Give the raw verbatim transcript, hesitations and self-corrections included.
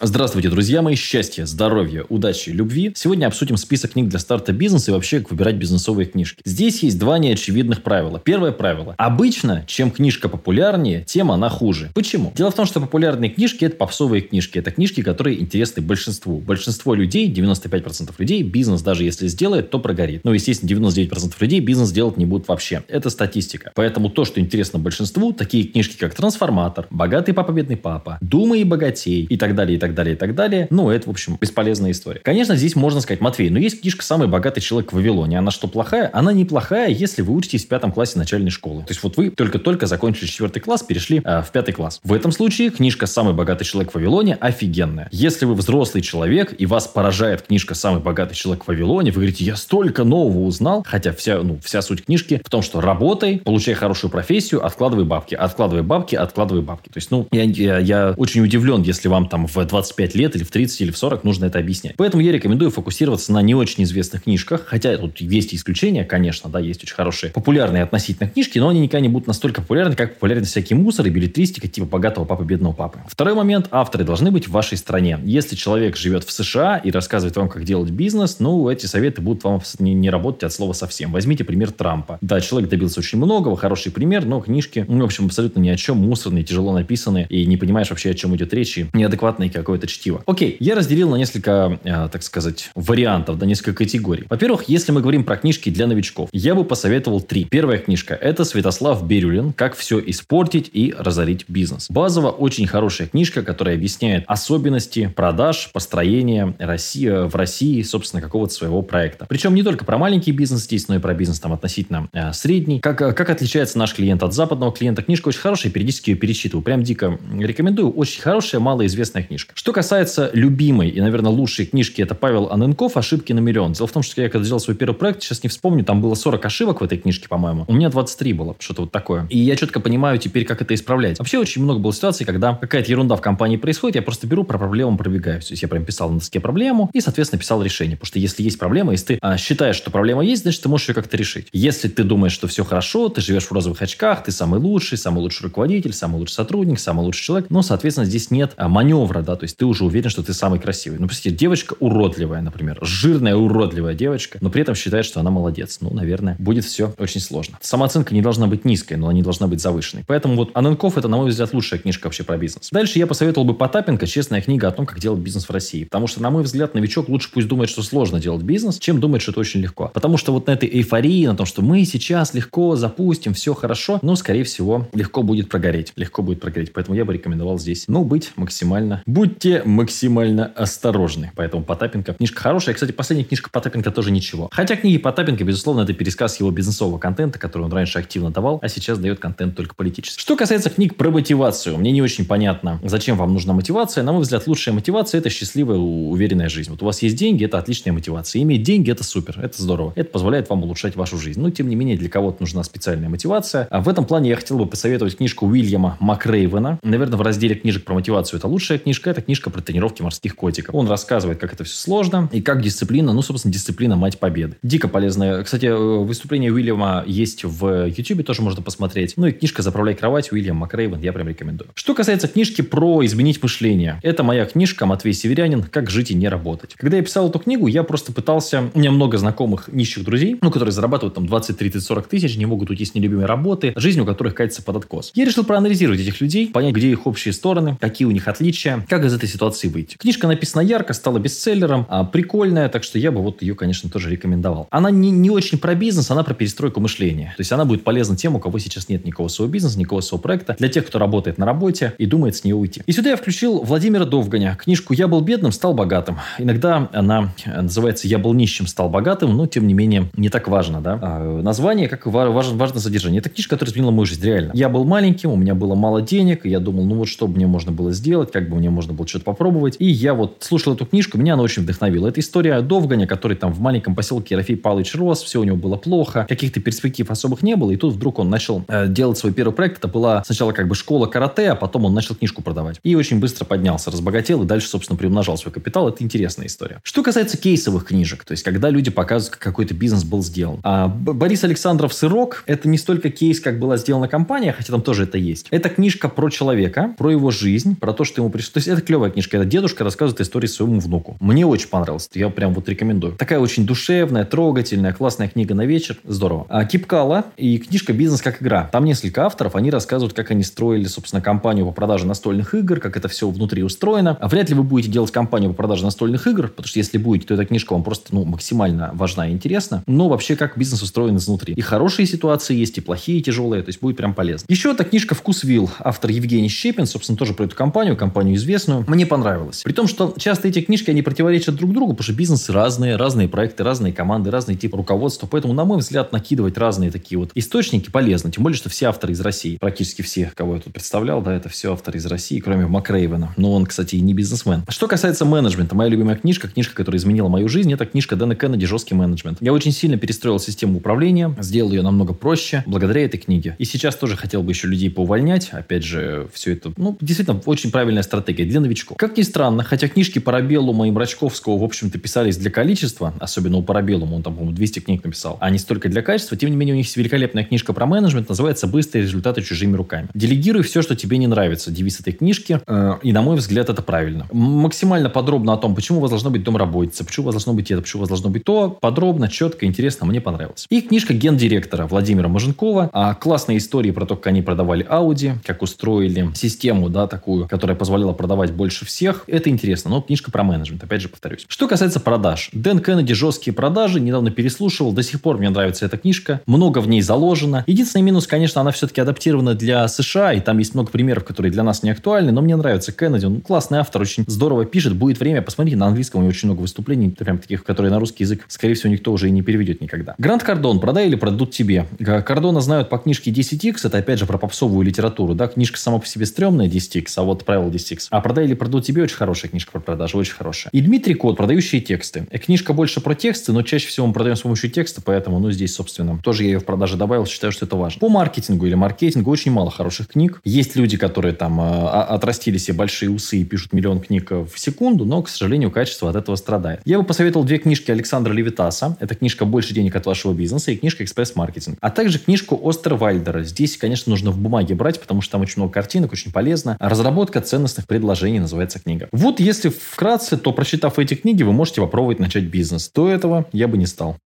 Здравствуйте, друзья мои. Счастья, здоровья, удачи, любви. Сегодня обсудим список книг для старта бизнеса и вообще, как выбирать бизнесовые книжки. Здесь есть два неочевидных правила. Первое правило. Обычно, чем книжка популярнее, тем она хуже. Почему? Дело в том, что популярные книжки – это попсовые книжки. Это книжки, которые интересны большинству. Большинство людей, девяносто пять процентов людей, бизнес даже если сделает, то прогорит. Ну, естественно, девяносто девять процентов людей бизнес делать не будут вообще. Это статистика. Поэтому то, что интересно большинству, такие книжки, как «Трансформатор», «Богатый папа, бедный папа», «Думай и богатей» и так далее, и так далее, и так далее. Ну, это, в общем, бесполезная история. Конечно, здесь можно сказать: Матвей, но есть книжка «Самый богатый человек в Вавилоне». Она что, плохая? Она неплохая, если вы учитесь в пятом классе начальной школы. То есть, вот вы только-только закончили четвертый класс, перешли э, в пятый класс. В этом случае книжка «Самый богатый человек в Вавилоне» офигенная. Если вы взрослый человек, и вас поражает книжка «Самый богатый человек в Вавилоне», вы говорите: я столько нового узнал. Хотя вся, ну, вся суть книжки в том, что работай, получай хорошую профессию, откладывай бабки. Откладывай бабки, откладывай бабки. То есть, ну, я, я, я очень удивлен, если вам там в двадцать пять лет или в тридцать или в сорок нужно это объяснять. Поэтому я рекомендую фокусироваться на не очень известных книжках. Хотя тут есть исключения, конечно, да, есть очень хорошие популярные относительно книжки, но они никогда не будут настолько популярны, как популярны всякий мусор и беллетристика типа «Богатого папы, бедного папы». Второй момент. Авторы должны быть в вашей стране. Если человек живет в США и рассказывает вам, как делать бизнес, ну, эти советы будут вам не, не работать от слова совсем. Возьмите пример Трампа. Да, человек добился очень многого, хороший пример, но книжки, ну, в общем, абсолютно ни о чем, мусорные, тяжело написаны, и не понимаешь вообще, о чем идет речь, и неадекватное какое-то чтиво. Окей, я разделил на несколько, э, так сказать, вариантов, да, несколько категорий. Во-первых, если мы говорим про книжки для новичков, я бы посоветовал три. Первая книжка – это Святослав Бирюлин «Как все испортить и разорить бизнес». Базово очень хорошая книжка, которая объясняет особенности продаж, построения России, в России, собственно, какого-то своего проекта. Причем не только про маленький бизнес здесь, но и про бизнес там относительно э, средний. Как, как отличается наш клиент от западного клиента. Книжка очень хорошая, периодически ее перечитываю. Прям дико рекомендую. Очень хорошая, малоизвестная книжка. Что касается любимой и, наверное, лучшей книжки, это Павел Анненков «Ошибки на миллион». Дело в том, что я когда делал свой первый проект, сейчас не вспомню, там было сорок ошибок в этой книжке, по-моему. У меня двадцать три было, что-то вот такое. И я четко понимаю теперь, как это исправлять. Вообще очень много было ситуаций, когда какая-то ерунда в компании происходит, я просто беру, про проблему пробегаюсь. То есть я прям писал на доске проблему и, соответственно, писал решение. Потому что если есть проблема, если ты а, считаешь, что проблема есть, значит, ты можешь ее как-то решить. Если ты думаешь, что все хорошо, ты живешь в розовых очках, ты самый лучший, самый лучший руководитель, самый лучший сотрудник, самый лучший человек, ну, соответственно, здесь нет а, маневра, да, то есть ты уже уверен, что ты самый красивый. Ну, простите, девочка уродливая, например, жирная уродливая девочка, но при этом считает, что она молодец. Ну, наверное, будет все очень сложно. Самооценка не должна быть низкой, но она не должна быть завышенной. Поэтому вот Анненков – это, на мой взгляд, лучшая книжка вообще про бизнес. Дальше я посоветовал бы Потапенко «Честная книга о том, как делать бизнес в России». Потому что, на мой взгляд, новичок лучше пусть думает, что сложно делать бизнес, чем думает, что это очень легко. Потому что вот на этой эйфории, на том, что мы сейчас легко запустим, все хорошо, но, скорее всего, легко будет прогореть. Легко будет прогореть. Поэтому я бы рекомендовал здесь, ну, быть максимально... Будьте максимально осторожны. Поэтому Потапенко. Книжка хорошая. Кстати, последняя книжка Потапенко тоже ничего. Хотя книги Потапенко, безусловно, это пересказ его бизнесового контента, который он раньше активно давал, а сейчас дает контент только политический. Что касается книг про мотивацию, мне не очень понятно, зачем вам нужна мотивация. На мой взгляд, лучшая мотивация – это счастливая, уверенная жизнь. Вот у вас есть деньги, это отличная мотивация. Иметь деньги – это супер, это здорово. Это позволяет вам улучшать вашу жизнь. Но, тем не менее, для кого-то нужна специальная мотивация. А в этом плане я хотел бы посоветовать книжку Уильяма Макрейвена. Наверное, в разделе книжек про мотивацию это лучшая книжка. Это книжка про тренировки морских котиков. Он рассказывает, как это все сложно и как дисциплина, ну, собственно, дисциплина – мать победы. Дико полезная. Кстати, выступление Уильяма есть в Ютубе, тоже можно посмотреть. Ну и книжка «Заправляй кровать» Уильям Макрейвен, я прям рекомендую. Что касается книжки про изменить мышление. Это моя книжка Матвей Северянин «Как жить и не работать». Когда я писал эту книгу, я просто пытался... У меня много знакомых нищих друзей, ну, которые зарабатывают там двадцать, тридцать, сорок тысяч, не могут уйти с нелюбимой работы, жизнь у которых катится под откос. Я решил проанализировать этих людей, понять, где их общие стороны, какие у них отличия, как из этой ситуации выйти. Книжка написана ярко, стала бестселлером, а, прикольная, так что я бы вот ее, конечно, тоже рекомендовал. Она не, не очень про бизнес, она про перестройку мышления. То есть она будет полезна тем, у кого сейчас нет никакого своего бизнеса, никакого своего проекта, для тех, кто работает на работе и думает с нее уйти. И сюда я включил Владимира Довганя. Книжку «Я был бедным, стал богатым». Иногда она называется «Я был нищим, стал богатым», но, тем не менее, не так важно, да. А название, как важно, важно содержание. Это книжка, которая изменила мою жизнь, реально. Я был маленьким, у меня было мало денег, и я думал, ну вот что бы мне можно было сделать, как бы мне можно было что-то попробовать. И я вот слушал эту книжку, меня она очень вдохновила. Это история Довганя, который там в маленьком поселке Ерофей Павлович рос, все у него было плохо, каких-то перспектив особых не было, и тут вдруг он начал э, делать свой первый проект. Это была сначала как бы школа карате, а потом он начал книжку продавать. И очень быстро поднялся, разбогател, и дальше, собственно, приумножал свой капитал. Это интересная история. Что касается кейсовых книжек, то есть когда люди показывают, как какой-то бизнес был сделан. А Борис Александров «Сырок» — это не столько кейс, как была сделана компания, хотя там тоже это есть. Это книжка про человека, про его жизнь, про то, что ему пришло. То есть это клевая книжка. Это дедушка рассказывает истории своему внуку. Мне очень понравилось. Я прям вот рекомендую. Такая очень душевная, трогательная, классная книга на вечер. Здорово. А Кипкала и книжка «Бизнес как игра». Там несколько авторов. Они рассказывают, как они строили, собственно, компанию по продаже настольных игр, как это все внутри устроено. А вряд ли вы будете делать компанию по продаже настольных игр, потому что если будете, то эта книжка вам просто ну, максимально важна и интересна. Но вообще, как бизнес устроен изнутри. И хорошие ситуации есть, и плохие, и тяжелые. То есть будет прям полезно. Еще одна книжка «Вкусвилл». Автор Евгений Щепин. Собственно, тоже про эту компанию, компанию известную. Мне понравилось. При том, что часто эти книжки, они противоречат друг другу, потому что бизнесы разные, разные проекты, разные команды, разные типы руководства. Поэтому, на мой взгляд, накидывать разные такие вот источники полезно. Тем более, что все авторы из России. Практически все, кого я тут представлял, да, это все авторы из России, кроме Макрейвена. Но он, кстати, и не бизнесмен. Что касается менеджмента, моя любимая книжка, книжка, которая изменила мою жизнь, это книжка Дэна Кеннеди «Жесткий менеджмент». Я очень сильно перестроил систему управления, сделал ее намного проще благодаря этой книге. И сейчас тоже хотел бы еще людей поувольнять. Опять же, все это, ну, действительно, очень правильная стратегия для новичков. Как ни странно, хотя книжки Парабеллума и Мрачковского, в общем-то, писались для количества, особенно у Парабеллума, он там, по-моему, двести книг написал, а не столько для качества, тем не менее, у них есть великолепная книжка про менеджмент, называется «Быстрые результаты чужими руками». Делегируй все, что тебе не нравится. Девиз этой книжки. И, на мой взгляд, это правильно. Максимально подробно о том, почему у вас должно быть домработица, почему у вас должно быть это, почему у вас должно быть то. Подробно, четко, интересно, мне понравилось. И книжка гендиректора Владимира Маженкова. А классные истории про то, как они продавали Audi, как устроили систему, да, такую, которая позволяла продавать больше всех. Это интересно, но книжка про менеджмент, опять же повторюсь. Что касается продаж. Дэн Кеннеди «Жесткие продажи». Недавно переслушивал. До сих пор мне нравится эта книжка. Много в ней заложено. Единственный минус, конечно, она все-таки адаптирована для США, и там есть много примеров, которые для нас не актуальны, но мне нравится Кеннеди. Он классный автор, очень здорово пишет. Будет время, посмотрите, на английском у него очень много выступлений, прям таких, которые на русский язык, скорее всего, никто уже и не переведет никогда. Грант Кардон. «Продай или продадут тебе». Кардона знают по книжке десять икс, это опять же про попсовую литературу, да, книжка сама по себе стрёмная, десять икс, а вот правило десять икс. А «Продай или продадут тебе» очень хорошая книжка про продажи, очень хорошая. И Дмитрий Кот «Продающие тексты». Книжка больше про тексты, но чаще всего мы продаем с помощью текста, поэтому, ну, здесь, собственно, тоже я ее в продаже добавил, считаю, что это важно. По маркетингу или маркетингу очень мало хороших книг. Есть люди, которые там э, отрастили себе большие усы и пишут миллион книг в секунду, но, к сожалению, качество от этого страдает. Я бы посоветовал две книжки Александра Левитаса. Это книжка «Больше денег от вашего бизнеса» и книжка «Экспресс-маркетинг». А также книжку Остервальдера. Здесь, конечно, нужно в бумаге брать, потому что там очень много картинок, очень полезно. «Разработка ценностных предложений» называется книга. Вот если вкратце, то, прочитав эти книги, вы можете попробовать начать бизнес. До этого я бы не стал.